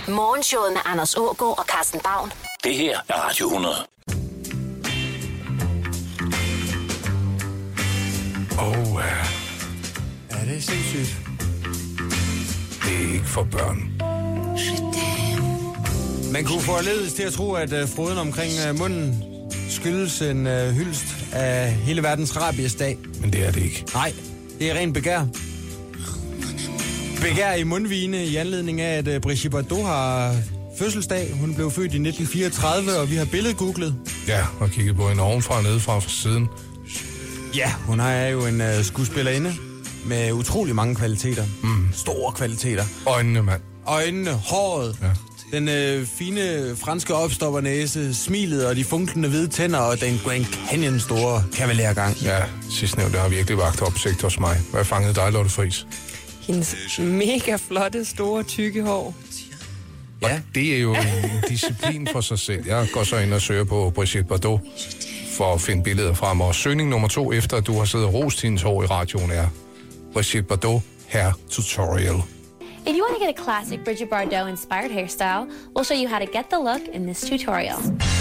Morgenshowet med Anders Aagaard og Carsten Baum. Det her er Radio 100. Ja, det er sindssygt. Det er ikke for børn. Man kunne forledes til at tro, at froden omkring munden skyldes en hyldest af hele verdens rabiesdag. Men det er det ikke. Nej, det er rent begær. Begær i mundvigene i anledning af, at Brigitte Bardot har fødselsdag. Hun blev født i 1934, og vi har billedgooglet. Ja, og kigget på hende ovenfra og nedefra fra siden. Ja, hun er jo en skuespillerinde med utrolig mange kvaliteter. Store kvaliteter. Øjnene, mand. Øjnene, håret, ja. Den fine franske opstoppernæse, smilet og de funklende hvide tænder og den Grand Canyon store kavalergang. Ja, sidstnævnte har virkelig vagt opsigt hos mig. Hvad fangede dig, Lotte Friis? Hendes mega flotte, store, tykke hår. Ja. Og det er jo en disciplin for sig selv. Jeg går så ind og søger på Brigitte Bardot for at finde billeder frem. Og søgning nummer 2, efter at du har siddet og rost hendes hår i radioen, er Brigitte Bardot Hair Tutorial. If you want to get a classic Brigitte Bardot-inspired hairstyle, we'll show you how to get the look in this tutorial.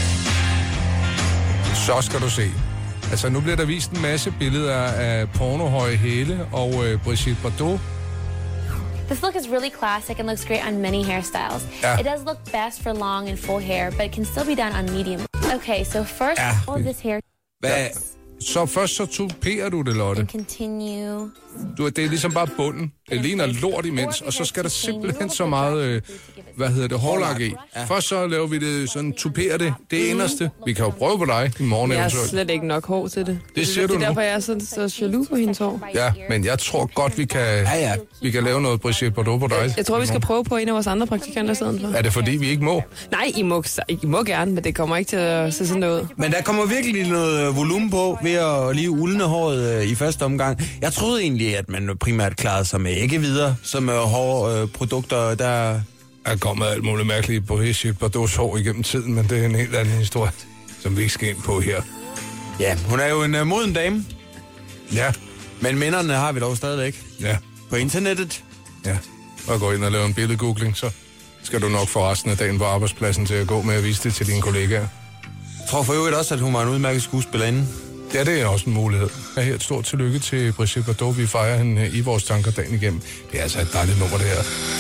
Så skal du se. Altså, nu bliver der vist en masse billeder af pornohøje hæle og Brigitte Bardot. This look is really classic and looks great on many hairstyles. Yeah. It does look best for long and full hair, but it can still be done on medium. Okay, so first, all of this hair... Hvad? Så først så tuperer du det, Lotte. And continue. Det er ligesom bare bunden. Det ligner lort imens, og så skal der simpelthen så meget, hårlak i. Først så laver vi det sådan, tuperer det inderste. Vi kan jo prøve på dig i morgen Jeg har eventuelt. slet ikke nok hår til det. Det siger du nu. Det er derfor, jeg er så jaloux på hendes hår. Ja, men jeg tror godt, vi kan lave noget Brigitte Bardot på dig. Jeg tror, vi skal prøve på en af vores andre praktikanter i stedet for. Er det fordi, vi ikke må? Nej, I må gerne, men det kommer ikke til at se sådan noget ud. Men der kommer virkelig noget volumen på ved at lige uldne håret i første omgang. Jeg troede egentlig, at man primært klarede sig med æggevidder, som hårde produkter, der... Jeg kommer alt muligt mærkeligt på Brigitte Bardots hår igennem tiden, men det er en helt anden historie, som vi ikke skal ind på her. Ja, hun er jo en moden dame. Ja. Men minderne har vi dog stadigvæk. Ja. På internettet. Ja. Og gå ind og lave en billedgoogling, så skal du nok få resten af dagen på arbejdspladsen til at gå med at vise det til dine kollegaer. Jeg tror for øvrigt også, at hun var en udmærket skuespillerinde. Ja, det er også en mulighed. Jeg her et stort tillykke til Brigitte Bardot. Vi fejrer hende i vores tanker dagen igennem. Det er altså et dejligt nummer, det her.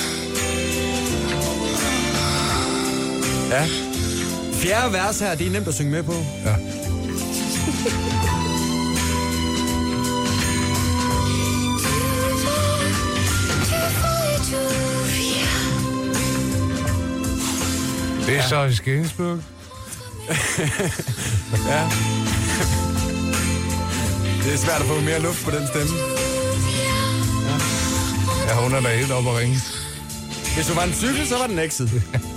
Ja. Fjerde vers her, det er nemt at synge med på. Ja. Det er så i Skænsburg. Ja. Det er svært at få mere luft på den stemme. Ja, hun er da helt oppe at ringe. Hvis du var en cykel, så var den exit.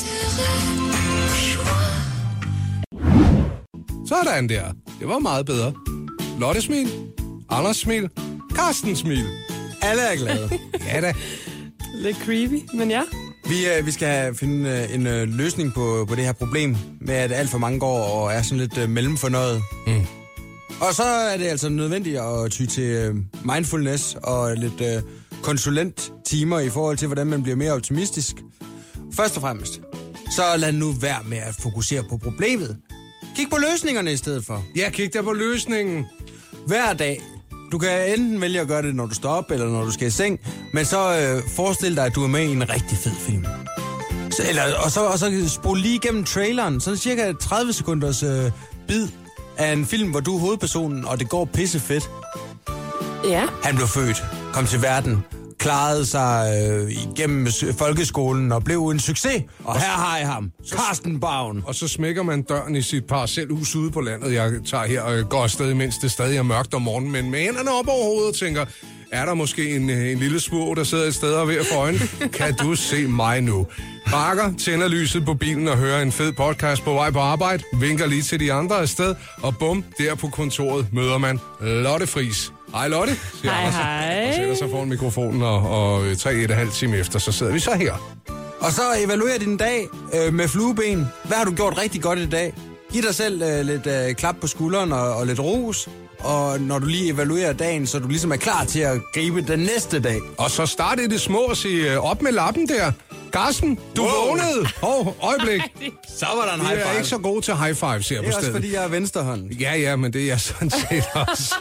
Sådan der. Det var meget bedre. Lotte smil, Anders smil, Carsten smil. Alle er glade. Ja da. Lidt creepy, men ja. Vi skal finde en løsning på det her problem med, at alt for mange går og er sådan lidt mellemfornøjet. Og så er det altså nødvendigt at ty til mindfulness og lidt konsulenttimer i forhold til, hvordan man bliver mere optimistisk. Først og fremmest, så lad nu være med at fokusere på problemet. Kig på løsningerne i stedet for. Ja, kig der på løsningen. Hver dag. Du kan enten vælge at gøre det, når du står op, eller når du skal i seng, men så forestil dig, at du er med i en rigtig fed film. Og så spole lige igennem traileren, sådan cirka 30 sekunders bid af en film, hvor du er hovedpersonen, og det går pisse fedt. Ja. Han blev født, kom til verden, klarede sig igennem folkeskolen og blev en succes. Og her har jeg ham, Carsten Baum. Og så smækker man døren i sit parcelhus ude på landet. Jeg tager her og går afsted, mens det stadig er mørkt om morgenen, men med hænderne op over hovedet og tænker, er der måske en lille små, der sidder et sted og ved at få øjnene? Kan du se mig nu? Bakker, tænder lyset på bilen og hører en fed podcast på vej på arbejde, vinker lige til de andre afsted, og bum, der på kontoret møder man Lotte Friis. Hej Lotte, siger Hej, Anders, hej. og sætter sig foran mikrofonen, og 3,5 time efter, så sidder vi så her. Og så evaluer din dag med flueben. Hvad har du gjort rigtig godt i dag? Giv dig selv lidt klap på skulderen og lidt ros. Og når du lige evaluerer dagen, så du ligesom er klar til at gribe den næste dag. Og så starte i det små og sige op med lappen der. Carsten, du vågnede. Øjeblik. Så var der en high Jeg five. er ikke så god til high fives her Det på er også stedet. fordi, jeg er venstrehånd. Ja, men det er jeg sådan set også.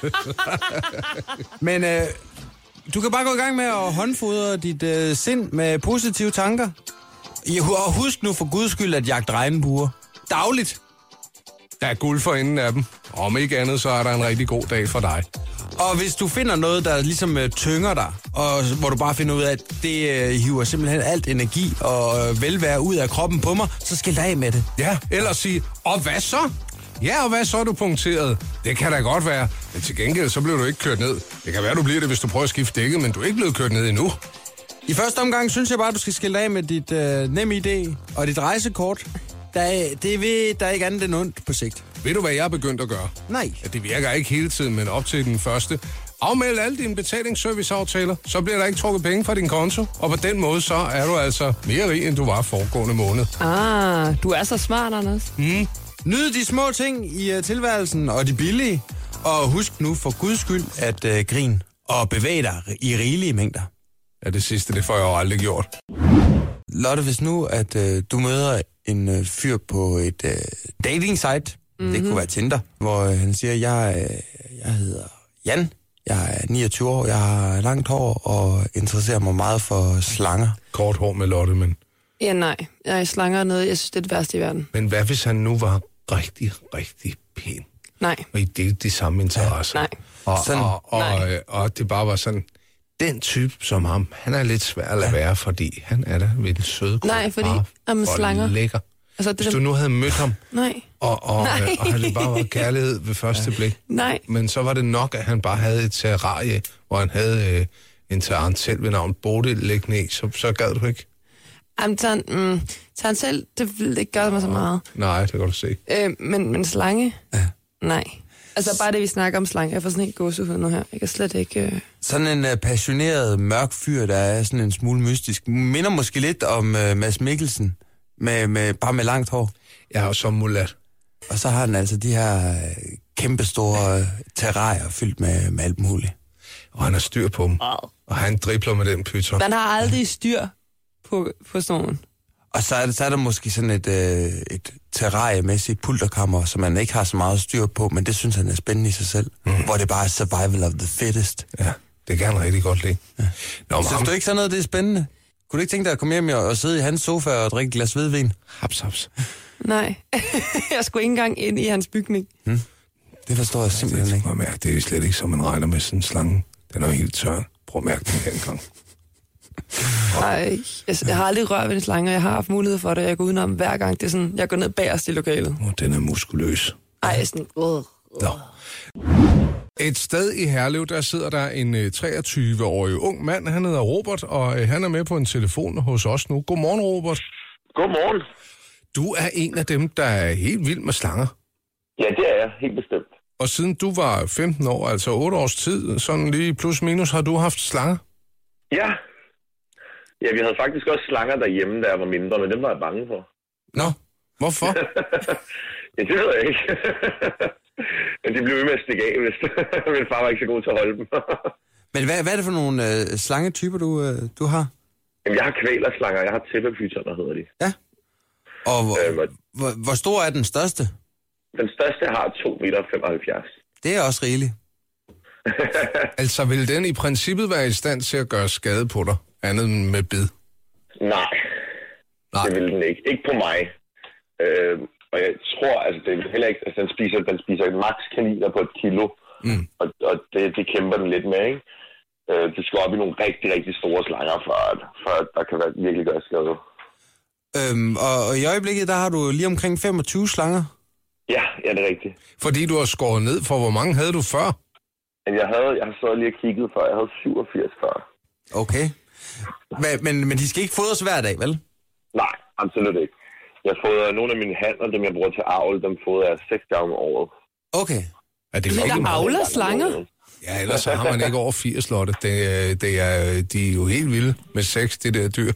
Men du kan bare gå i gang med at håndfodre dit sind med positive tanker. Og husk nu for guds skyld at jagte regnbuer. Dagligt. Der er guld for enden af dem. Om ikke andet, så er der en rigtig god dag for dig. Og hvis du finder noget, der ligesom tynger dig, og hvor du bare finder ud af, at det hiver simpelthen alt energi og velvære ud af kroppen på mig, så skil dig af med det. Ja, ellers sige, og hvad så? Ja, og hvad så er du punkteret? Det kan da godt være. Men til gengæld, så bliver du ikke kørt ned. Det kan være, du bliver det, hvis du prøver at skifte dækket, men du er ikke blevet kørt ned endnu. I første omgang synes jeg bare, du skal skille dig af med dit NemID og dit rejsekort. Der er ikke andet end ondt på sigt. Ved du, hvad jeg er begyndt at gøre? Nej. Ja, det virker ikke hele tiden, men op til den første. Afmeld alle dine betalingsserviceaftaler, så bliver der ikke trukket penge fra din konto. Og på den måde, så er du altså mere rig, end du var foregående måned. Du er så smart, Anders. Nyd de små ting i tilværelsen og de billige. Og husk nu for guds skyld at grine og bevæge dig i rigelige mængder. Ja, det sidste, det får jeg jo aldrig gjort. Lotte, hvis nu at du møder en fyr på et dating site, det kunne være Tinder, hvor han siger, jeg hedder Jan, jeg er 29 år, jeg har langt hår og interesserer mig meget for slanger. Kort hår med Lotte, men... Ja, nej. Jeg er slanger noget. Jeg synes, det er det værste i verden. Men hvad hvis han nu var rigtig, rigtig pæn? Nej. Og I delte de samme interesser? Nej. Og det bare var sådan... Den type som ham, han er lidt svær at lade være, fordi han er der ved den søde krop. Nej, fordi han er slanger. Lækker. Altså, det Hvis du nu havde mødt ham, Nej. og han bare var kærlighed ved første blik, Nej. men så var det nok, at han bare havde et terrarie, hvor han havde en tarantel ved navn Bodil liggende i, så gad du ikke? Jamen, tarantel, det vil ikke gøre mig så meget. Nej, det kan du se. Men slange? Nej. Altså bare det, vi snakker om slange. Jeg får sådan helt gåsehud nu her. Jeg kan slet ikke... Sådan en passioneret, mørk fyr, der er sådan en smule mystisk. Minder måske lidt om Mads Mikkelsen, bare med langt hår. Jeg er jo som mulat. Og så har han altså de her kæmpestore terrarier fyldt med alt muligt. Og han har styr på dem. Og han dribler med den pytter. Man har aldrig styr på sådan nogen. Og så er der måske sådan et terrariemæssigt pulterkammer, som man ikke har så meget styr på, men det synes han er spændende i sig selv. Hvor det bare er survival of the fittest. Ja, det kan han rigtig godt lide. Ja. Synes du ikke sådan noget, det er spændende? Kunne du ikke tænke dig at komme hjem og sidde i hans sofa og drikke et glas hvidvin? Haps. Nej, jeg skulle ikke engang ind i hans bygning. Det forstår jeg simpelthen ikke. Mærke, det er jo slet ikke, som man regner med sådan en slange. Den er jo helt tør. Prøv at mærke den her engang. Nej, jeg har aldrig rørt ved en slange, og jeg har haft mulighed for det. Jeg går udenom hver gang. Det er sådan, jeg går ned bagerst i lokalet. Den er muskuløs. Ej, sådan... Nå. Et sted i Herlev, der sidder der en 23-årig ung mand. Han hedder Robert, og han er med på en telefon hos os nu. Godmorgen, Robert. Godmorgen. Du er en af dem, der er helt vild med slanger. Ja, det er jeg. Helt bestemt. Og siden du var 15 år, altså 8 års tid, sådan lige plus minus, har du haft slanger? Ja. Ja, vi havde faktisk også slanger derhjemme, da jeg var mindre, men dem var jeg bange for. Nå, hvorfor? Ja, det ved jeg ikke. Men de blev ved med at stikke af, hvis min far var ikke så god til at holde dem. Men hvad er det for nogle slangetyper, du har? Jamen, jeg har kvælerslanger, jeg har tæppepytoner, hedder de. Ja. Og hvor stor er den største? Den største har 2,75 meter. Det er også rigeligt. Altså, vil den i princippet være i stand til at gøre skade på dig, andet end med bid? Nej, det vil den ikke. Ikke på mig. Og jeg tror, altså, det er heller ikke, altså, den spiser maks kaniner på 1 kilo, og det kæmper den lidt med, ikke? Det skal op i nogle rigtig, rigtig store slanger, for at der kan være virkelig gøre skade. Og i øjeblikket, der har du lige omkring 25 slanger? Ja, det er rigtigt. Fordi du har skåret ned, for hvor mange havde du før? Jeg har så lige kigget før, jeg havde 87 før. Okay. Men de skal ikke fodres hver dag, vel? Nej, absolut ikke. Jeg fodrer nogle af mine handler, dem jeg bruger til avl, dem fodrer jeg 6 gange om året. Okay. Er det ikke avler slanger? Ja, ellers så har man ikke over 80 lotte. De er jo helt vilde med sex, det der dyr.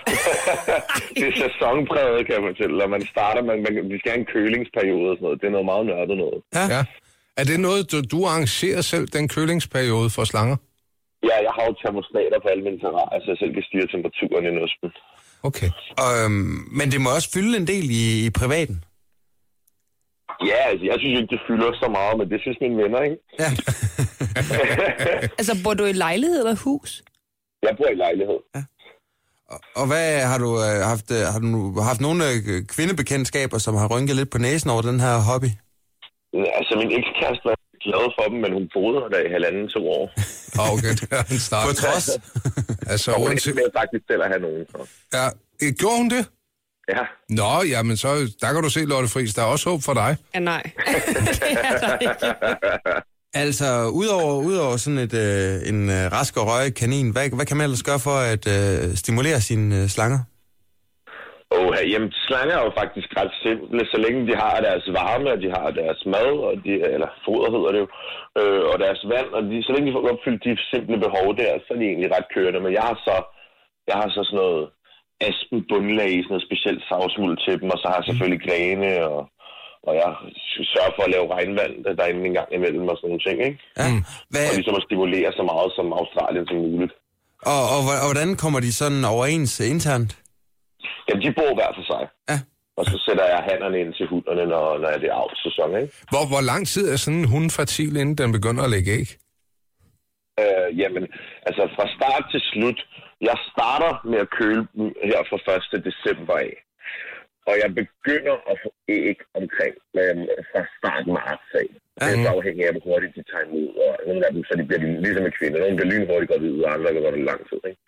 Det er sæsonpræget, kan jeg fortælle. Og man starter, vi skal have en kølingsperiode og sådan noget. Det er noget meget nørdet noget. Ja. Er det noget, du arrangerer selv, den kølingsperiode for slanger? Ja, jeg har jo termostater på alle mine terrarier, så jeg selv kan styre temperaturen i nuspen. Okay. Men det må også fylde en del i privaten. Ja, altså, jeg synes ikke, det fylder så meget, men det synes mine venner, ikke? Ja. Altså, bor du i lejlighed eller hus? Jeg bor i lejlighed. Ja. Og hvad har du haft? Har du haft nogle kvindebekendtskaber, som har rynket lidt på næsen over den her hobby? Altså, min ekskæreste var glad for dem, men hun boede der i 1,5-2 år. Okay, det er en start. På trods. Altså, Og hun uanset... ikke faktisk selv at have nogen. Så. Ja, gjorde hun det? Ja. Nå, jamen så, der kan du se, Lotte Friis, der er også håb for dig. Ja, nej. Det er der ikke. Altså, udover sådan en rask og røg kanin, hvad kan man ellers gøre for at stimulere sine slanger? Jamen, slanger er jo faktisk ret simple, så længe de har deres varme, og de har deres mad, og eller foder hedder det jo, og deres vand, og så længe de får opfyldt de simple behov der, så er de egentlig ret kørende. Men jeg har så sådan noget aspen bundlag i sådan noget specielt savsmuld til dem, og så har jeg selvfølgelig grene, og jeg sørger for at lave regnvand derinde en gang imellem og sådan nogle ting, ikke? Ja. Og ligesom at stimulere så meget som Australien som muligt. Og hvordan kommer de sådan overens internt? Jamen, de bor hver for sig. Ja. Og så sætter jeg hannerne ind til hunderne, når det er avlssæson, ikke? Hvor lang tid er sådan en hund fertil, inden den begynder at lægge æg? Jamen, altså fra start til slut. Jeg starter med at køle dem her fra 1. december af. Og jeg begynder at få æg omkring fra start marts af. Det er så afhængig af, hvor hurtigt de tager imod. Og nogle af dem, så de bliver ligesom med kvinder. Nogle bliver lynhurtigt godt ud, og andre går det lang tid, ikke?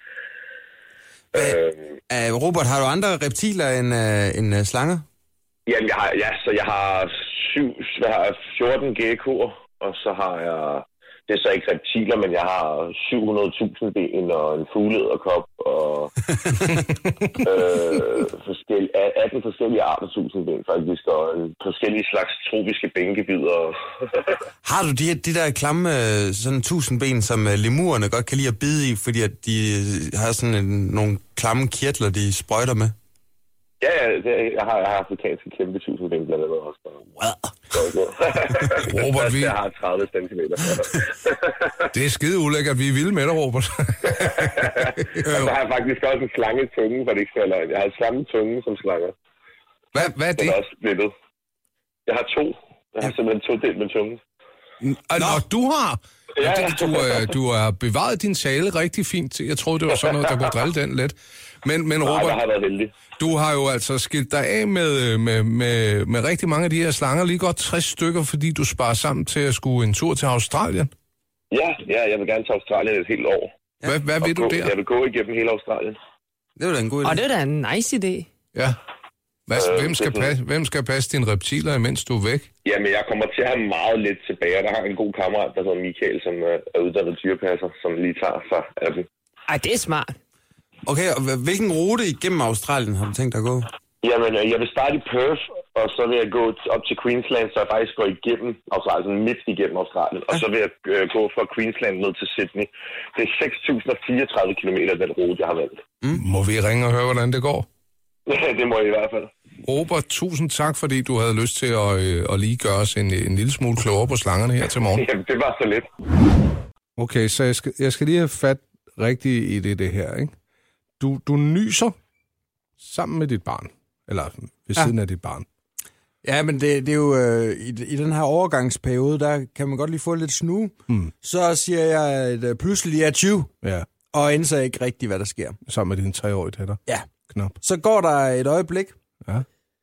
Robert, har du andre reptiler end slanger? Jamen, jeg har 14 geckoer, og så har jeg, det er så ikke reptiler, men jeg har 700.000 ben og en fugleedderkop og 18 forskellige arter 1000 ben faktisk, og en forskellige slags tropiske bænkebider. Har du de der klamme sådan 1000 ben, som lemurerne godt kan lide at bide i, fordi at de har sådan nogle klamme kirtler, de sprøjter med? Ja, jeg har afrikanske kæmpe 1000 ben blandt andet også. Wow. Robert, Jeg har 30 centimeter. Det er skide ulækkert, vi er vilde med dig, Robert. Og så har jeg faktisk også en slange i tungen, for det ikke falder ind. Jeg har samme tunge som slanger. Hvad er det? Den er også splittet. Jeg har 2. Jeg har simpelthen 2 delt med tungen. Nå, du har... Ja. Du har bevaret din tale rigtig fint. Jeg troede, det var sådan noget, der kunne drille den lidt. Men Robert, jeg har været heldig. Du har jo altså skilt dig af med rigtig mange af de her slanger, lige godt 60 stykker, fordi du sparer sammen til at skulle en tur til Australien. Ja, jeg vil gerne til Australien et helt år. Hvad vil du der? Jeg vil gå igennem hele Australien. Det var da en god idé. Og det er da en nice idé. Ja. Hvem skal passe dine reptiler, imens du er væk? Jamen, jeg kommer til at have meget lidt tilbage. Der har en god kammerat, der hedder Michael, som er uddannet dyrepasser, som lige tager sig af dem. Ej, det er smart. Okay, og hvilken rute igennem Australien har du tænkt dig at gå? Jamen, jeg vil starte i Perth, og så vil jeg gå op til Queensland, så jeg faktisk går igennem Australien, altså midt igennem Australien. Og så vil jeg gå fra Queensland ned til Sydney. Det er 6.034 kilometer, den rute, jeg har valgt. Må vi ringe og høre, hvordan det går? Det må jeg i hvert fald. Robert, tusind tak, fordi du havde lyst til at lige gøre os en lille smule klogere på slangerne her til morgen. Jamen, det var så lidt. Okay, så jeg skal lige have fat rigtigt i det her, ikke? Du nyser sammen med dit barn, eller ved siden af dit barn. Ja, men det er jo i den her overgangsperiode, der kan man godt lige få lidt snue. Så siger jeg, at pludselig er 20, og indser ikke rigtigt, hvad der sker. Sammen med din 3-årige datter? Ja. Knap. Så går der et øjeblik, ja.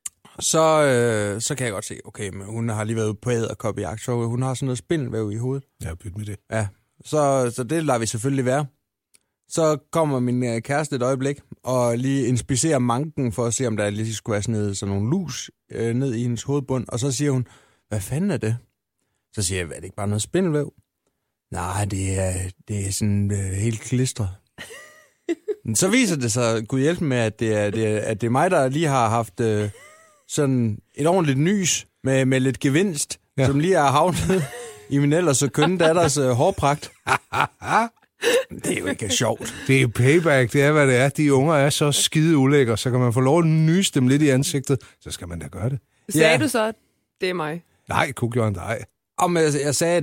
Så kan jeg godt se, okay, men hun har lige været på edderkopjagt, så hun har sådan noget spindelvæv i hovedet. Ja, byt med det. Ja, så det lader vi selvfølgelig være. Så kommer min kæreste et øjeblik og lige inspicerer manken for at se, om der lige skulle være sådan nogle lus ned i hendes hovedbund. Og så siger hun, hvad fanden er det? Så siger jeg, er det ikke bare noget spindelvæv? Nej, det er sådan helt klistret. Så viser det sig, Gud hjælpe med, at det er mig, der lige har haft sådan et ordentligt nys med lidt gevinst, som lige er havnet i min ellers så kønne datters hårpragt. Det er jo ikke sjovt. Det er payback, det er, hvad det er. De unger er så skide ulækre, så kan man få lov at nyse dem lidt i ansigtet, så skal man da gøre det. Sagde du så, at det er mig? Nej, kunne gjorde dig. Jeg sagde, at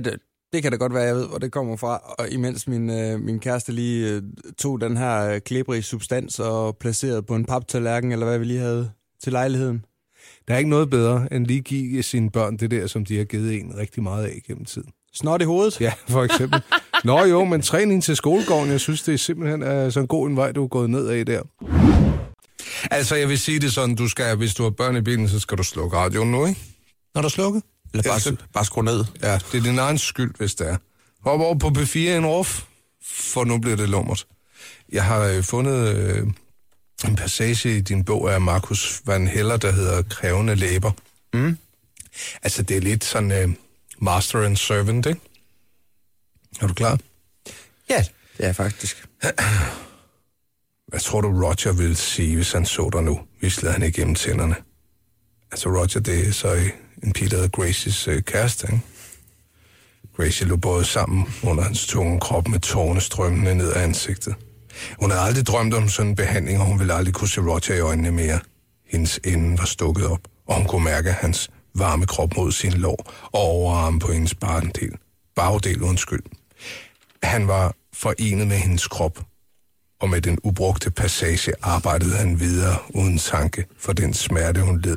Det kan da godt være, jeg ved, hvor det kommer fra. Og imens min kæreste lige tog den her klæbrige substans og placerede på en paptallerken, eller hvad vi lige havde til lejligheden. Der er ikke noget bedre, end lige give sine børn det der, som de har givet en rigtig meget af gennem tiden. Snot i hovedet? Ja, for eksempel. Nå jo, men træning til skolegården, jeg synes, det er simpelthen sådan en god en vej, du er gået ned af der. Altså, jeg vil sige det sådan, hvis du har børn i bilen, så skal du slukke radioen nu, ikke? Når der er slukket. Eller bare skrue ned. Ja, det er din egen skyld, hvis det er. Hop over på B4 en ruf, for nu bliver det lummert. Jeg har fundet en passage i din bog af Marcus Van Heller, der hedder Krævende læber. Mm. Altså, det er lidt sådan master and servant, ikke? Er du klar? Ja, det er faktisk. Hvad tror du, Roger ville sige, hvis han så dig nu? Vislede han igennem tænderne. Altså, Roger, det er så en pige, der hedder Gracies kæreste, ikke? Gracie lå både sammen under hans tunge krop med tårerne strømmende ned af ansigtet. Hun havde aldrig drømt om sådan en behandling, og hun ville aldrig kunne se Roger i øjnene mere. Hendes ende var stukket op, og hun kunne mærke hans varme krop mod sin lår og overarm på hendes bagdel. Han var forenet med hendes krop, og med den ubrugte passage arbejdede han videre uden tanke for den smerte, hun led.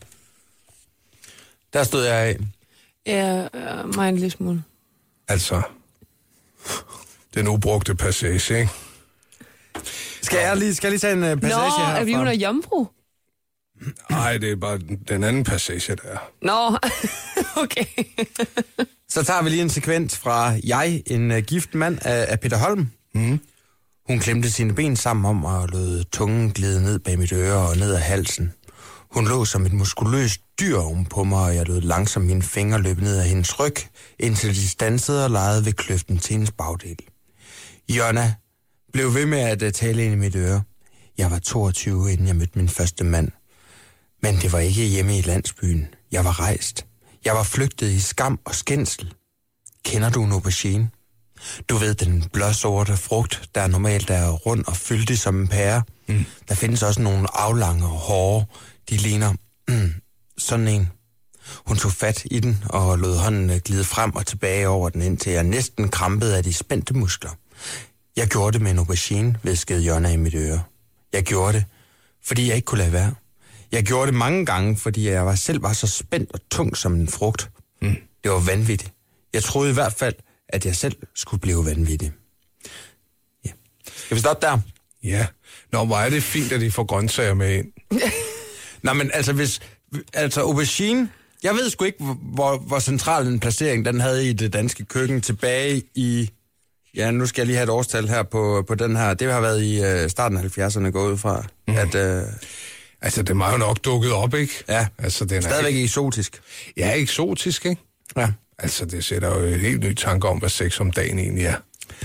Der stod jeg af. Ja, mig en lille smule. Altså, den ubrugte passage, ikke? Skal jeg lige tage en passage herfra? Nå, er vi under jomfru? Nej, det er bare den anden passage, der er. Nå, okay. Så tager vi lige en sekvens fra en gift mand af Peter Holm. Mm. Hun klemte sine ben sammen om og lod tungen glide ned bag mit øre og ned ad halsen. Hun lå som et muskuløst dyr ovenpå mig, og jeg lod langsomt mine fingre løbe ned ad hendes ryg, indtil de stansede og legede ved kløften til hendes bagdel. Jonna blev ved med at tale ind i mit øre. Jeg var 22, inden jeg mødte min første mand. Men det var ikke hjemme i landsbyen. Jeg var rejst. Jeg var flygtet i skam og skændsel. Kender du en aubergine? Du ved, den blåsorte frugt, der normalt er rund og fyldig som en pære. Mm. Der findes også nogle aflange og hårde. De ligner sådan en. Hun tog fat i den og lod hånden glide frem og tilbage over den, indtil jeg næsten krampede af de spændte muskler. Jeg gjorde det med en aubergine, hviskede Jonna i mit øre. Jeg gjorde det, fordi jeg ikke kunne lade være. Jeg gjorde det mange gange, fordi jeg selv var så spændt og tung som en frugt. Mm. Det var vanvittigt. Jeg troede i hvert fald, at jeg selv skulle blive vanvittig. Ja. Skal vi stoppe der? Ja. Nå, hvor er det fint, at de får grøntsager med ind. Nå, men altså aubergine, jeg ved sgu ikke, hvor central en placering den havde i det danske køkken tilbage i... Ja, nu skal jeg lige have et årstal her på den her. Det har været i starten af 70'erne gået ud fra, at... Altså, det er jo nok dukket op, ikke? Ja, altså, den stadigvæk ikke eksotisk. Ja, eksotisk, ikke? Ja. Altså, det sætter jo et helt nyt tanke om, hvad sex om dagen egentlig er.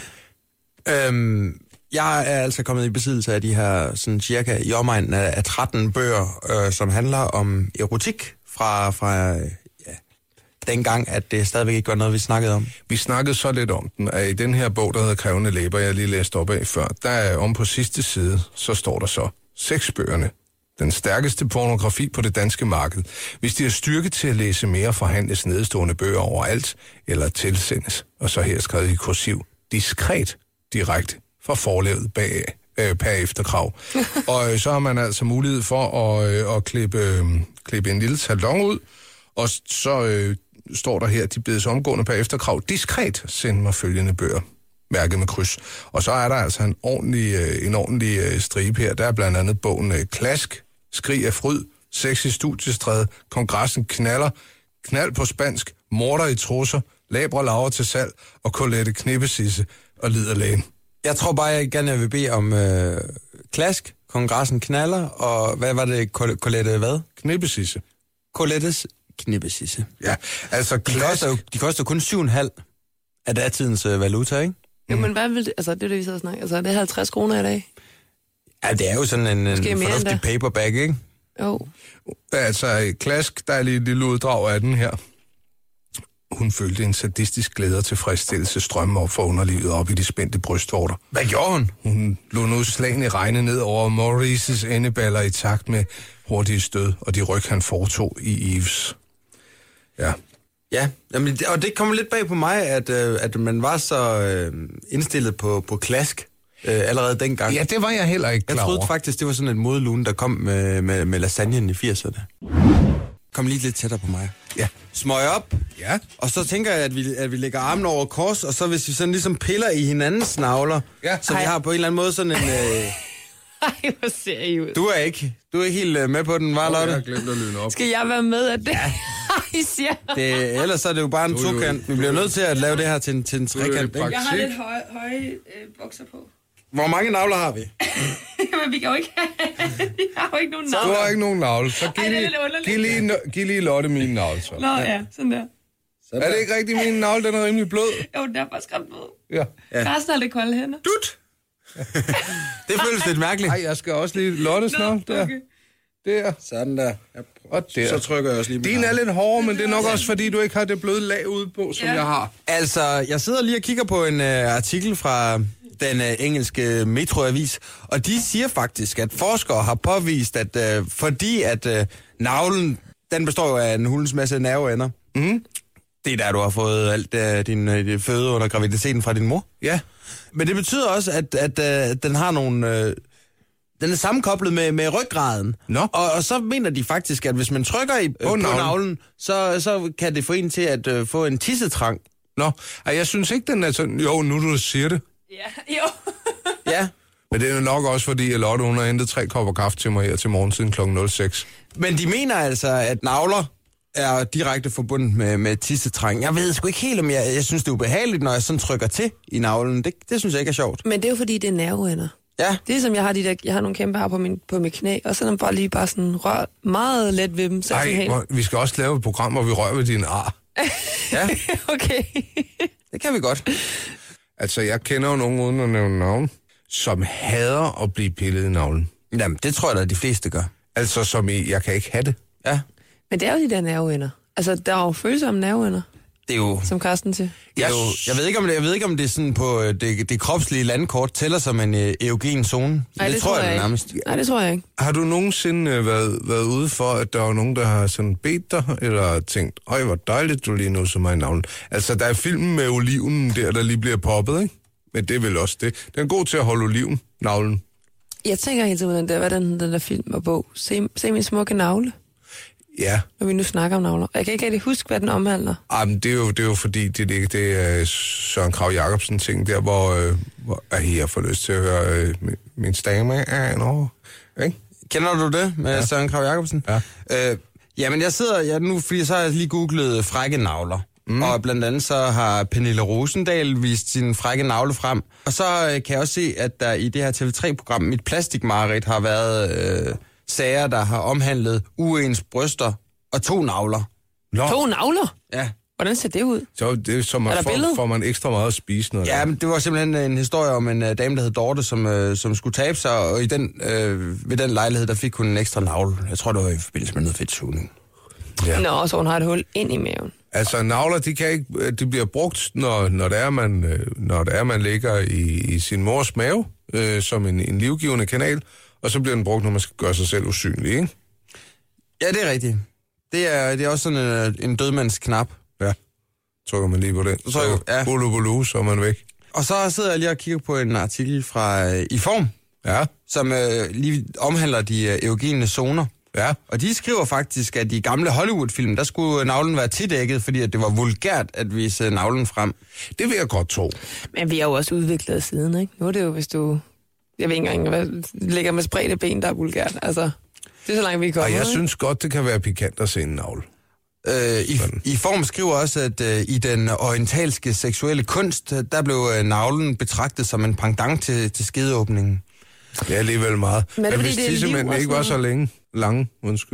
Jeg er altså kommet i besiddelse af de her sådan cirka i omegnen af 13 bøger, som handler om erotik fra dengang, at det stadigvæk ikke var noget, vi snakkede om. Vi snakkede så lidt om den, at i den her bog, der hedder Krævende læber, jeg lige læste op af før, der er om på sidste side, så står der så 6 bøgerne. Den stærkeste pornografi på det danske marked. Hvis de har styrke til at læse mere, forhandles nedstående bøger overalt, eller tilsendes, og så her skrevet i kursiv, diskret direkte fra forlaget per efterkrav. Og så har man altså mulighed for at klippe en lille talon ud, og så står der her, de bedes omgående per efterkrav, diskret send mig følgende bøger, mærket med kryds. Og så er der altså en ordentlig stribe her. Der er blandt andet bogen Klask, Skrig af fryd, Sex i studiestræde, Kongressen knaller, Knald på spansk, Morder i trusser, Labre laver til salg og Colette Knippesisse og Liderlægen. Jeg tror bare, jeg gerne vil bede om Klask, Kongressen knaller, og hvad var det, Colette hvad? Knippesisse. Colettes Knippesisse. Ja, altså Klask... De koster kun 7,5 af datidens valuta, ikke? Jo, men hvad vil det... Altså, det er det, vi sidder og snakker. Altså, det er 50 kroner i dag. Ja, det er jo sådan en fornuftig paperback, ikke? Jo. Altså, Klask, der er lige et lille uddrag af den her. Hun følte en sadistisk glæde og tilfredsstillelse strømme op for underlivet op i de spændte brystvorter. Hvad gjorde hun? Hun lå nu slagende regne ned over Maurices endeballer i takt med hurtige stød og de ryg, han foretog i Yves. Ja. Ja, jamen, og det kommer lidt bag på mig, at man var så indstillet på klask allerede dengang. Ja, det var jeg heller ikke klar Jeg troede over. faktisk, det var sådan et modelune, der kom med lasagnen i 80'erne. Kom lige lidt tættere på mig. Ja. Smøg op. Ja. Og så tænker jeg, at vi lægger armen over kors, og så hvis vi sådan ligesom piller i hinandens navler, så vi har på en eller anden måde sådan en... Ej, hvor ser I ud. Du er ikke helt med på den, var Lotte? Jeg har glemt at lyne op. Skal jeg være med af det? Ja. I siger. Ellers er det jo bare en tokant. Vi bliver nødt til at lave det her til en trekant. Jeg har lidt høje bukser på. Hvor mange navler har vi? Men vi kan jo ikke vi har jo ikke nogen Du navle. har ikke nogen navle, så Ej, det er lidt underligt. giv lige Lotte min navle, så. Nå ja, sådan der. Er det ikke rigtigt, min navle, den er rimelig blød? Jo, den er bare skræmt med. Ja. Carsten har lidt kolde hænder. Dut! Det føles lidt mærkeligt. Ej, jeg skal også lige Lottes navle der. Okay. Der. Sådan der. Og der. Så trykker jeg også lige på Din er lidt hård, men det er nok også, fordi du ikke har det bløde lag ude på, som jeg har. Altså, jeg sidder lige og kigger på en artikel fra den engelske Metroavis, og de siger faktisk, at forskere har påvist, at fordi at navlen, den består jo af en hulens masse nerveender. Mm. Det er der, du har fået alt din føde under graviditeten fra din mor. Ja. Men det betyder også, at den har nogle... den er sammenkoblet med ryggraden. Nå. Og så mener de faktisk, at hvis man trykker på navlen, så kan det få en til at få en tissetrang. Nå, ej, jeg synes ikke, den er sådan... Jo, nu du siger det. Ja, jo. Ja. Men det er nok også, fordi Lotte, hun har hentet 3 kopper kaffe til mig her til morgen siden kl. 06. Men de mener altså, at navler er direkte forbundet med tissetrang. Jeg ved sgu ikke helt, om jeg synes, det er ubehageligt, når jeg sådan trykker til i navlen. Det synes jeg ikke er sjovt. Men det er jo fordi, det er nerveender. Ja. Det er som jeg har nogle kæmpe her på mit knæ, og så er den bare sådan rørt meget let ved dem. Så Vi skal også lave et program, hvor vi rører ved dine ar. Ja. Okay. Det kan vi godt. Altså, jeg kender jo nogen uden at nævne navn, som hader at blive pillet i navlen. Jamen, det tror jeg da, de fleste gør. Altså, som i, jeg kan ikke have det. Ja. Men det er jo de der nerveender. Altså, der er jo følsomme nerveender, Det er jo... som Carsten til. Jeg ved ikke, om det er sådan på det kropslige landkort tæller som en erogen zone. Nej, det tror jeg nærmest. Nej, det tror jeg ikke. Har du nogensinde været ude for, at der var nogen, der har sådan bedt dig, eller tænkt, øj, hvor dejligt, du lige nussede mig i navlen. Altså, der er filmen med oliven der lige bliver poppet, ikke? Men det er vel også det. Den er god til at holde oliven, navlen. Jeg tænker hele tiden, hvad den der film og bog. Se min smukke navle. Ja. Når vi nu snakker om navler. Jeg kan ikke rigtig huske, hvad den omhandler. Men det er jo fordi, det er Søren Kragh Jacobsen ting der, hvor jeg får lyst til at høre min stemme af en år. Ikke? Kender du det med Søren Kragh Jacobsen? Ja. Jamen, jeg sidder nu, fordi så har jeg lige googlet frække navler. Og blandt andet så har Pernille Rosendahl vist sin frække navle frem. Og så kan jeg også se, at der i det her TV3-program, Mit Plastikmareridt, har været sager, der har omhandlet uens bryster og 2 navler. Nå. 2 navler? Ja. Hvordan ser det ud? Så det er som at får man ekstra meget at spise noget. Ja, men det var simpelthen en historie om en dame, der hed Dorte, som skulle tabe sig, og ved den lejlighed, der fik hun en ekstra navle. Jeg tror, det var i forbindelse med noget fedtsugning. Ja. Nå, så hun har et hul ind i maven. Altså, navler, de bliver brugt, når det er, man ligger i sin mors mave, som en livgivende kanal, og så bliver den brugt, når man skal gøre sig selv usynlig, ikke? Ja, det er rigtigt. Det er også sådan en dødmandsknap. Ja, trykker man lige på den. Så bulu, så er man væk. Og så sidder jeg lige og kigger på en artikel fra I Form, som lige omhandler de erogene zoner. Ja. Og de skriver faktisk, at i gamle Hollywood-film, der skulle navlen være tildækket, fordi at det var vulgært at vise navlen frem. Det vil jeg godt tro. Men vi har jo også udviklet siden, ikke? Nu er det jo, hvis du... Jeg ved ikke engang, hvad ligger med spredte ben, der er vulgært. Altså, det er så langt, vi kommer. Og jeg synes godt, det kan være pikant at se en navle. I Form skriver også, at i den orientalske seksuelle kunst, der blev navlen betragtet som en pendant til skedeåbningen. Det er alligevel meget. Men hvis tissemændene ikke var så længe lange.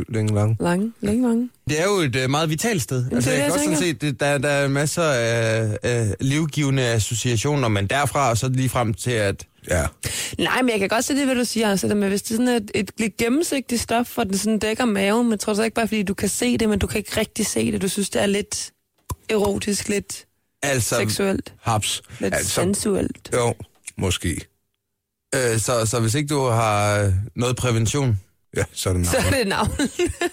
Det er jo et meget vitalt sted. Altså, jeg kan godt sådan se, der er masser af livgivende associationer, men derfra og så lige frem til, at... Ja. Nej, men jeg kan godt se det, hvad du siger. Altså, men hvis det er sådan et lidt gennemsigtigt stof, hvor det sådan dækker maven, men tror så ikke bare, fordi du kan se det, men du kan ikke rigtig se det. Du synes, det er lidt erotisk, lidt seksuelt. Haps. Lidt sensuelt. Jo, måske. Så hvis ikke du har noget prævention, Ja, så er det navlen. Så er det navlen.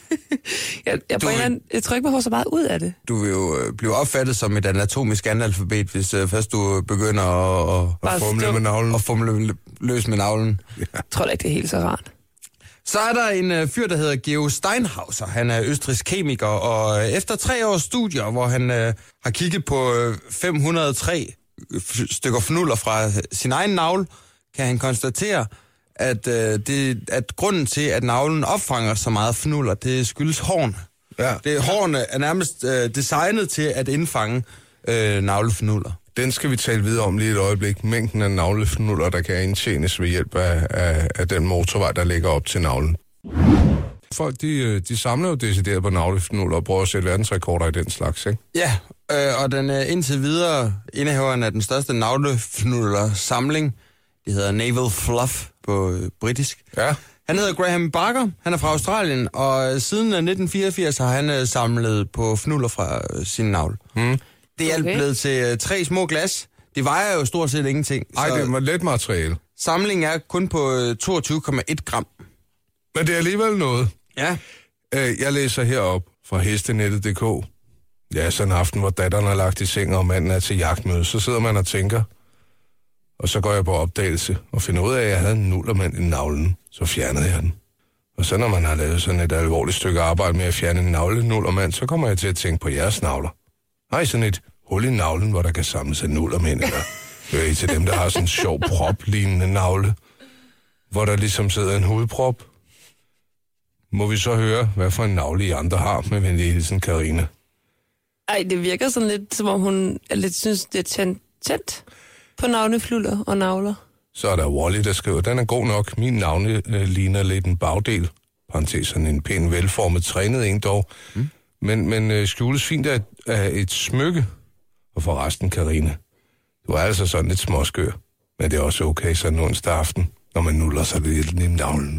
Jeg tror ikke, man får så meget ud af det. Du vil jo blive opfattet som et anatomisk analfabet, hvis først du begynder at fumle med navlen. Og fumle løs med navlen. Jeg tror da ikke, det er helt så rart. Så er der en fyr, der hedder Georg Steinhauser. Han er østrigsk kemiker, og efter 3 års studier, hvor han har kigget på 503 stykker fnuller fra sin egen navl, kan han konstatere, at grunden til, at navlen opfanger så meget fnuller, det skyldes hårene. Ja. Hårene er nærmest designet til at indfange navlefnuller. Den skal vi tale videre om lige et øjeblik. Mængden af navlefnuller, der kan indtjenes ved hjælp af den motorvej, der ligger op til navlen. Folk, de samler jo decideret på navlefnuller og prøver at sætte verdensrekorder i den slags, ikke? Ja, og den indtil videre indehaveren af den største navlefnuller-samling. Det hedder Naval Fluff på britisk. Ja. Han hedder Graham Barker, han er fra Australien, og siden 1984 har han samlet på fnuller fra sin navl. Det er blevet til 3 små glas. Det vejer jo stort set ingenting. Nej, det var let materiale. Samlingen er kun på 22,1 gram. Men det er alligevel noget. Ja. Jeg læser herop fra hestenettet.dk. Ja, sådan en aften, hvor datteren er lagt i seng, og manden er til jagtmøde. Så sidder man og tænker, og så går jeg på opdagelse og finder ud af, at jeg havde en nullermand i navlen. Så fjernede jeg den. Og så når man har lavet sådan et alvorligt stykke arbejde med at fjerne en navlenullermand, så kommer jeg til at tænke på jeres navler. Nej, sådan et hul i navlen, hvor der kan samles en nullermænd, eller hører I til dem, der har sådan en sjov prop-lignende navle, hvor der ligesom sidder en hovedprop. Må vi så høre, hvad for en navle I andre har med venlig hilsen, Karina? Ej, det virker sådan lidt, som om hun synes, det er tændt på navnefluller og navler. Så er der Wally, der skriver, den er god nok. Min navne ligner lidt en bagdel. Parentesen en pæn velformet, trænet en dog. Men skjules fint af et smykke. Og forresten, Karina, du er altså sådan lidt småskør. Men det er også okay sådan onsdag aften, når man nuller sig lidt i navlen.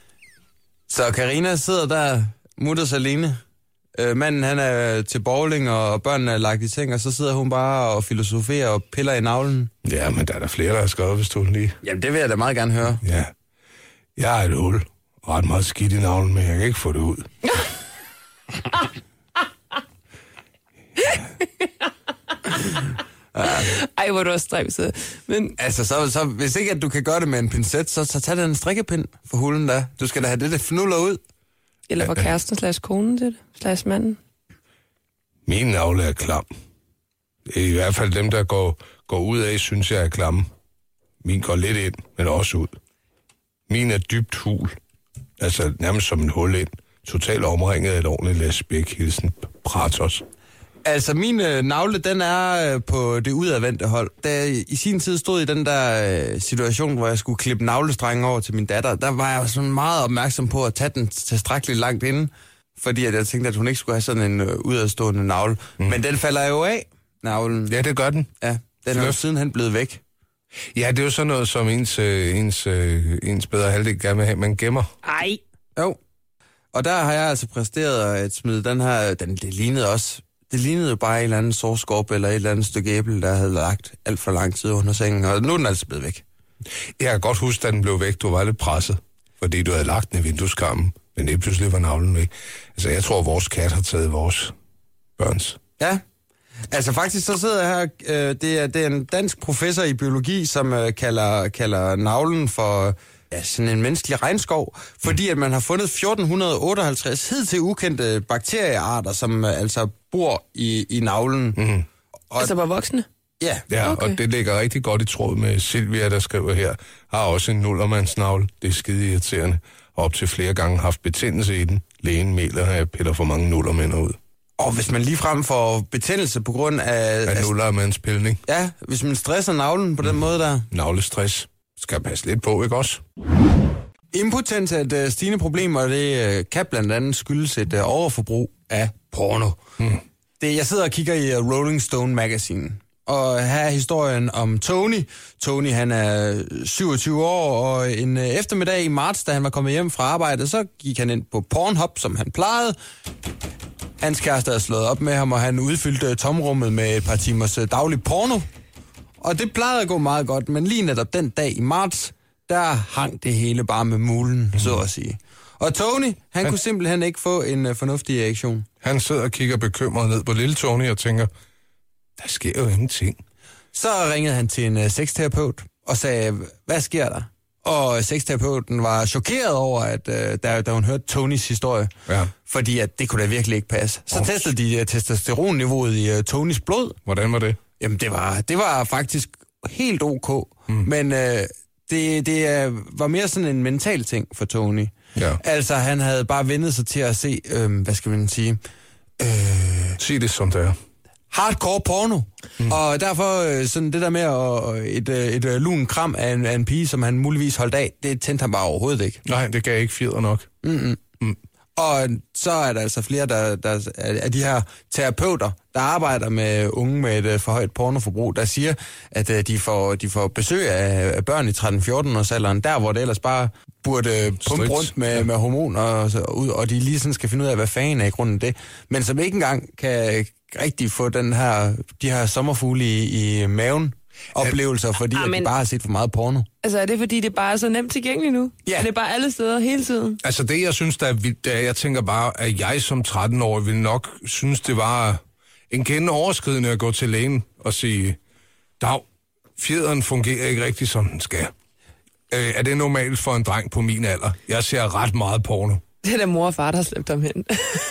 Så Karina sidder der mutters alene. Manden han er til bowling, og børnene er lagt i seng, og så sidder hun bare og filosoferer og piller i navlen. Ja, men der er der flere, der har skrevet, hvis du lige... Jamen, det vil jeg da meget gerne høre. Ja. Jeg har et hul. Ret meget skidt i navlen, men jeg kan ikke få det ud. Ej, hvor du også stræbset. Men... Altså, så hvis ikke at du kan gøre det med en pincet, så tag den en strikkepind for hulen der. Du skal da have det der fnuller ud. Eller for kæresten / konen til det, / manden. Min navle er klam. Det er i hvert fald dem, der går ud af, synes jeg er klamme. Min går lidt ind, men også ud. Min er dybt hul. Altså nærmest som en hul ind. Totalt omringet af et ordentligt læs spæk. Hilsen Pratos. Altså, min navle, den er på det udadvendte hold. Da jeg i sin tid stod i den der situation, hvor jeg skulle klippe navlestrengen over til min datter, der var jeg sådan meget opmærksom på at tage den tilstrækkeligt langt inde, fordi at jeg tænkte, at hun ikke skulle have sådan en udadstående navle. Men den falder jo af, navlen. Ja, det gør den. Ja, den er jo sidenhen blevet væk. Ja, det er jo sådan noget, som ens bedre halvdel gerne vil have, man gemmer. Ej. Jo. Og der har jeg altså præsteret at smide den her, det lignede også... Det lignede jo bare en eller anden sårskorp eller et eller andet stykke æble, der havde lagt alt for lang tid under sengen, og nu er den altså blevet væk. Jeg kan godt huske, at den blev væk. Du var lidt presset, fordi du havde lagt den i vindueskarmen, men det pludselig var navlen væk. Altså, jeg tror, at vores kat har taget vores børns. Ja, altså faktisk så sidder jeg her, det er en dansk professor i biologi, som kalder navlen for... Ja, sådan en menneskelig regnskov, fordi at man har fundet 1458 hidtil ukendte bakteriearter, som altså bor i navlen. Og, altså var voksne? Ja. Ja, okay. Og det ligger rigtig godt i tråd med Silvia, der skriver her, har også en nullermandsnavle. Det er skide irriterende, og op til flere gange haft betændelse i den. Lægen melder, at jeg piller for mange nullermænder ud. Og hvis man ligefrem får betændelse på grund af nullermandspilning. Ja, hvis man stresser navlen på den måde der. Navlestress. Skal passe lidt på, ikke også? Impotens er et stigende problem, og det kan blandt andet skyldes et overforbrug af porno. Jeg sidder og kigger i Rolling Stone Magazine, og her er historien om Tony. Tony, han er 27 år, og en eftermiddag i marts, da han var kommet hjem fra arbejde, så gik han ind på Pornhub, som han plejede. Hans kæreste havde slået op med ham, og han udfyldte tomrummet med et par timers daglig porno. Og det plejede at gå meget godt, men lige netop den dag i marts, der hang det hele bare med mulen, så at sige. Og Tony, han kunne simpelthen ikke få en fornuftig reaktion. Han sidder og kigger bekymret ned på lille Tony og tænker, der sker jo ingenting. Så ringede han til en sexterapeut og sagde, hvad sker der? Og sexterapeuten var chokeret over, at da hun hørte Tonys historie, fordi at det kunne da virkelig ikke passe. Så testede de testosteronniveauet i Tonys blod. Hvordan var det? Jamen, det var faktisk helt ok, men det var mere sådan en mental ting for Tony. Ja. Altså, han havde bare vendet sig til at se, hvad skal man sige? Sig det som det er. Hardcore porno. Og derfor sådan det der med et lun kram af en pige, som han muligvis holdt af, det tændte han bare overhovedet ikke. Nej, det gav ikke fjeder nok. Og så er der altså flere af de her terapeuter, der arbejder med unge med et for højt pornoforbrug, der siger, at de får besøg af børn i 13-14 års alderen, der hvor det ellers bare burde pumpe rundt med hormoner, og de lige sådan skal finde ud af, hvad fanden er i grunden det. Men som ikke engang kan rigtig få de her sommerfugle i maven oplevelser, fordi at de bare har set for meget porno. Altså er det fordi, det bare er så nemt tilgængeligt nu? Ja. Er det bare alle steder hele tiden? Altså det, jeg synes, der er vildt, det er, jeg tænker bare, at jeg som 13-årig ville nok synes, det var en kende overskridende at gå til lægen og sige, dag, fjederen fungerer ikke rigtig, som den skal. Er det normalt for en dreng på min alder? Jeg ser ret meget porno. Det er da mor og far, der har slæbt ham hen.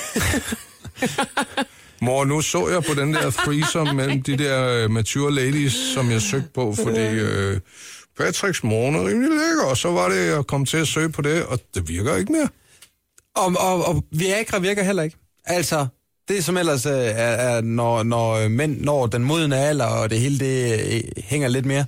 Mor, nu så jeg på den der threesome mellem de der mature ladies, som jeg søgte på, fordi Patricks morgen er rimelig lækker, og så var det, jeg kom til at søge på det, og det virker ikke mere. Og Viagra virker heller ikke. Altså, det som ellers er når mænd når den modne alder, og det hele det hænger lidt mere,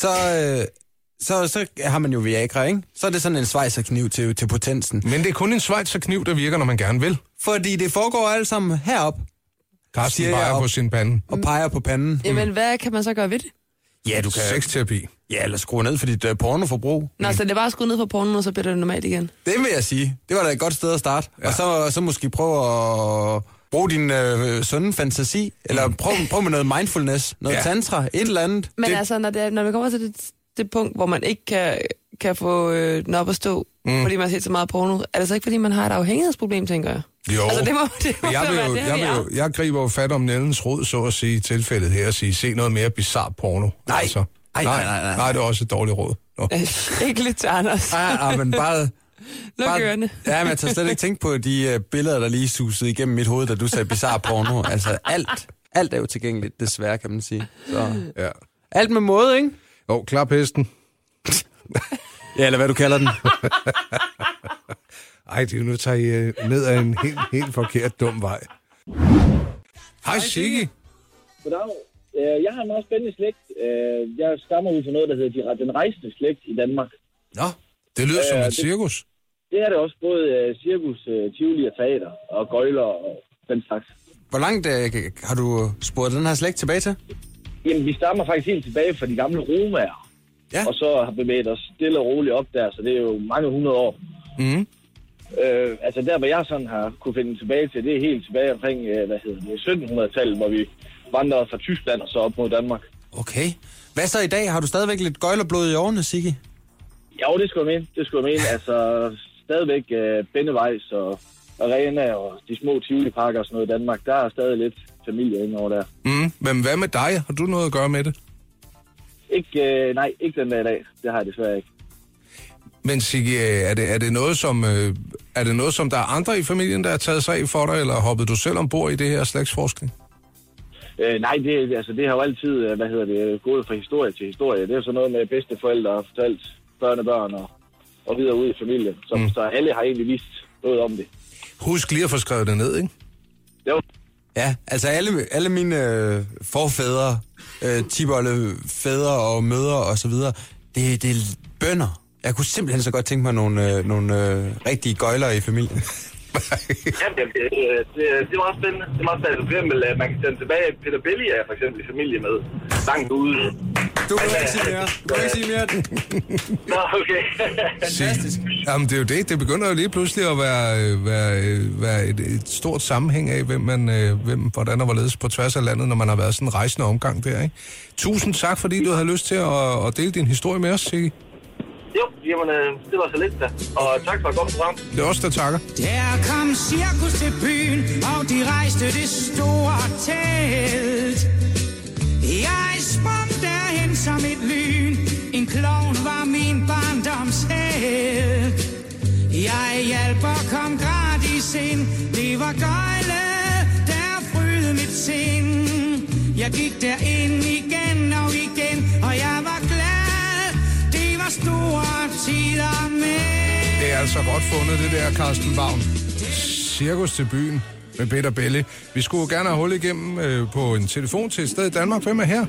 så har man jo Viagra, ikke? Så er det sådan en schweizerkniv til potensen. Men det er kun en schweizerkniv, der virker, når man gerne vil. Fordi det foregår alt sammen herop. Carsten peger på sin pande. Og peger på panden. Jamen, hvad kan man så gøre ved det? Ja, du kan... Sexterapi. Ja, eller skrue ned for dit pornoforbrug. Nå, så det er bare at skrue ned for porno, og så bliver det normalt igen? Det vil jeg sige. Det var da et godt sted at starte. Ja. Og så måske prøve at bruge din sunde fantasi, eller prøv med noget mindfulness, noget tantra, et eller andet. Men altså, når det kommer til det punkt, hvor man ikke kan få den op at stå, fordi man har set så meget porno, er det så ikke, fordi man har et afhængighedsproblem, tænker jeg? Jo, altså, det må jeg griber jo fat om nældens rod, så at sige, tilfældet her, og sige, se noget mere bizarre porno. Nej. Altså. Nej, det er også et dårligt råd. Ikke lidt til Anders. Nej, men bare... Ørene. Ja, men jeg tager slet ikke tænkt på de billeder, der lige susede igennem mit hoved, da du sagde bizarre porno. Altså, alt er jo tilgængeligt, desværre, kan man sige. Så. Ja. Alt med måde, ikke? Jo, klap hesten. Ja, eller hvad du kalder den. Ej, det er nu tager I ned ad en helt forkert dum vej. Hej, Sigge. Goddag. Jeg har en meget spændende slægt. Jeg stammer ud fra noget, der hedder den rejsende slægt i Danmark. Nå, det lyder som et cirkus. Det er det også, både cirkus, tivoli og teater og gøjler og den slags. Hvor langt har du sporet den her slægt tilbage til? Jamen, vi stammer faktisk helt tilbage fra de gamle romaer. Ja. Og så har bevæget os stille og roligt op der, så det er jo mange 100 år. Mm. Altså der, hvor jeg sådan har kunne finde tilbage til, det er helt tilbage omkring, 1700-tallet, hvor vi vandrede fra Tyskland og så op mod Danmark. Okay. Hvad så i dag? Har du stadigvæk lidt gøjlerblod i årene, Sigge? Jo, det skulle jeg mene. Altså, stadigvæk Bennevejs og Arena og de små Tivoli-parker og sådan noget i Danmark, der er stadig lidt familie inde over der. Men hvad med dig? Har du noget at gøre med det? Nej, ikke den dag i dag. Det har jeg desværre ikke. Men Sigge, er det noget, som der er andre i familien, der har taget sig af for dig, eller hoppede du selv ombord i det her slægtsforskning? Nej, det har jo altid, gået fra historie til historie. Det er så noget med bedsteforældre har fortalt børnebørn og videre ud i familien. Så alle har egentlig vist noget om det. Husk lige at få skrevet det ned, ikke? Jo. Ja, altså alle mine forfædre, tipoldefædre og mødre og så videre, det er bønder. Jeg kunne simpelthen så godt tænke mig nogle rigtige gøjlere i familien. Jamen, det er meget spændende. Det er meget spændende. For eksempel, man kan sende tilbage Peter Belli er for eksempel i familie med langt ude. Du kan ikke sige mere. Nå, okay. Fantastisk. Jamen, det er jo det. Det begynder jo lige pludselig at være et stort sammenhæng af, hvordan og hvorledes på tværs af landet, når man har været sådan en rejsende omgang der, ikke? Tusind tak, fordi du havde lyst til at dele din historie med os, Sigge. Jo, jamen, det var så lidt da. Og tak for et godt program. Det er også der takker. Der kom cirkus til byen, og de rejste det store telt. Jeg sprang derhen som et lyn. En klovn var min barndomshelt. Jeg hjalp og kom gratis ind. Det var gøjle, der frydede mit sind. Jeg gik derind igen og igen, og jeg var glad. Det var store tider med. Det er altså godt fundet, det der, Carsten Bavn. Cirkus til byen med Peter Belli. Vi skulle gerne have hul igennem på en telefon til et sted i Danmark. Hvem er her?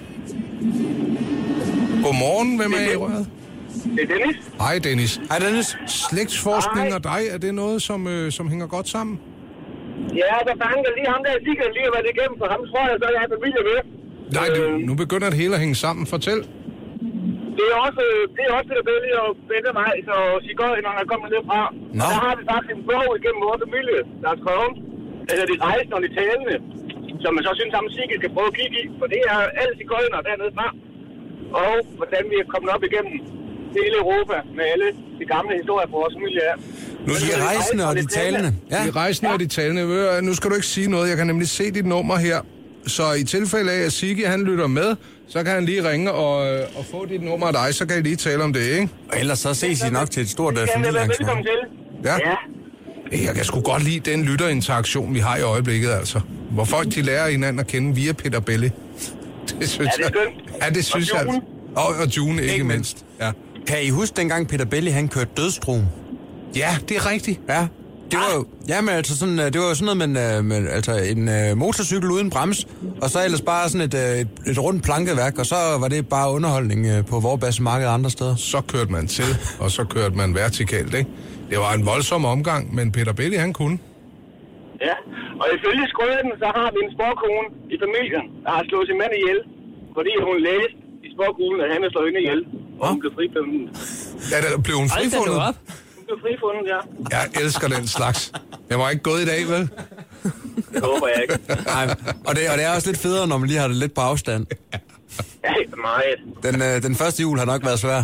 Godmorgen, hvem er i røret? Det er Dennis. Hej Dennis. Hej Dennis. Slægtsforskning og dig, er det noget, som hænger godt sammen? Ja, der banker lige ham der i Sigurd lige har været igennem, for ham tror jeg, så jeg har familie med. Nej, nu begynder det hele at hænge sammen. Fortæl. Det er også Peter Belli og Bette mig, så Sigurd, når han kommer ned fra. Nå. Der har vi faktisk en bog igennem vores familie, der er skrevet. Altså de rejsende og de talende, som man så synes, at Sigurd skal prøve at kigge i. For det er alle Sigurder dernede fra. Og hvordan vi er kommet op igennem hele Europa med alle de gamle historier fra vores familie her. Nu de rejsende og de talende. Ja. De rejsende og de talende. Nu skal du ikke sige noget. Jeg kan nemlig se dit nummer her. Så i tilfælde af, at Sigge han lytter med, så kan han lige ringe og få dit nummer af dig, så kan I lige tale om det, ikke? Og ellers så ses I nok til et stort Velkommen familiearrangement. til. Ja. Jeg kan sgu godt lide den lytterinteraktion, vi har i øjeblikket, altså. Hvor folk de lærer hinanden at kende via Peter Belli. Det synes det er skønt. Ja, det synes jeg. June. Og June, ikke mindst. Ja. Kan I huske dengang Peter Belli, han kørte dødsdroen? Ja, det er rigtigt. Ja. Det var jo, men altså sådan, det var jo sådan noget med altså en motorcykel uden brems, og så ellers bare sådan et rundt plankeværk, og så var det bare underholdning på Vorbasse Marked og andre steder. Så kørte man til, og så kørte man vertikalt, ikke? Det var en voldsom omgang, men Peter Belli, han kunne. Ja, og ifølge skrøden, så har vi en sporkone i familien, der har slået sin mand ihjel, fordi hun læste i sporkonen, at han havde slået hende ihjel, og hun blev frifundet. Ja, der blev hun frifundet. Hun blev frifundet, ja. Jeg elsker den slags. Jeg var ikke gået i dag, vel? Det håber jeg ikke. Nej, og det er også lidt federe, når man lige har det lidt på afstand. Ja, meget. Den første jul har nok været svær.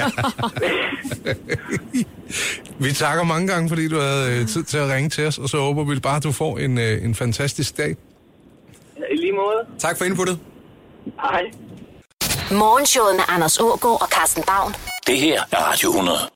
Vi takker mange gange, fordi du havde tid til at ringe til os, og så håber vi bare, at du får en fantastisk dag. Ja, i lige måde. Tak for inputtet. Hej. Morgenshowet med Anders Aagaard og Carsten Bavn. Det her er Radio 100.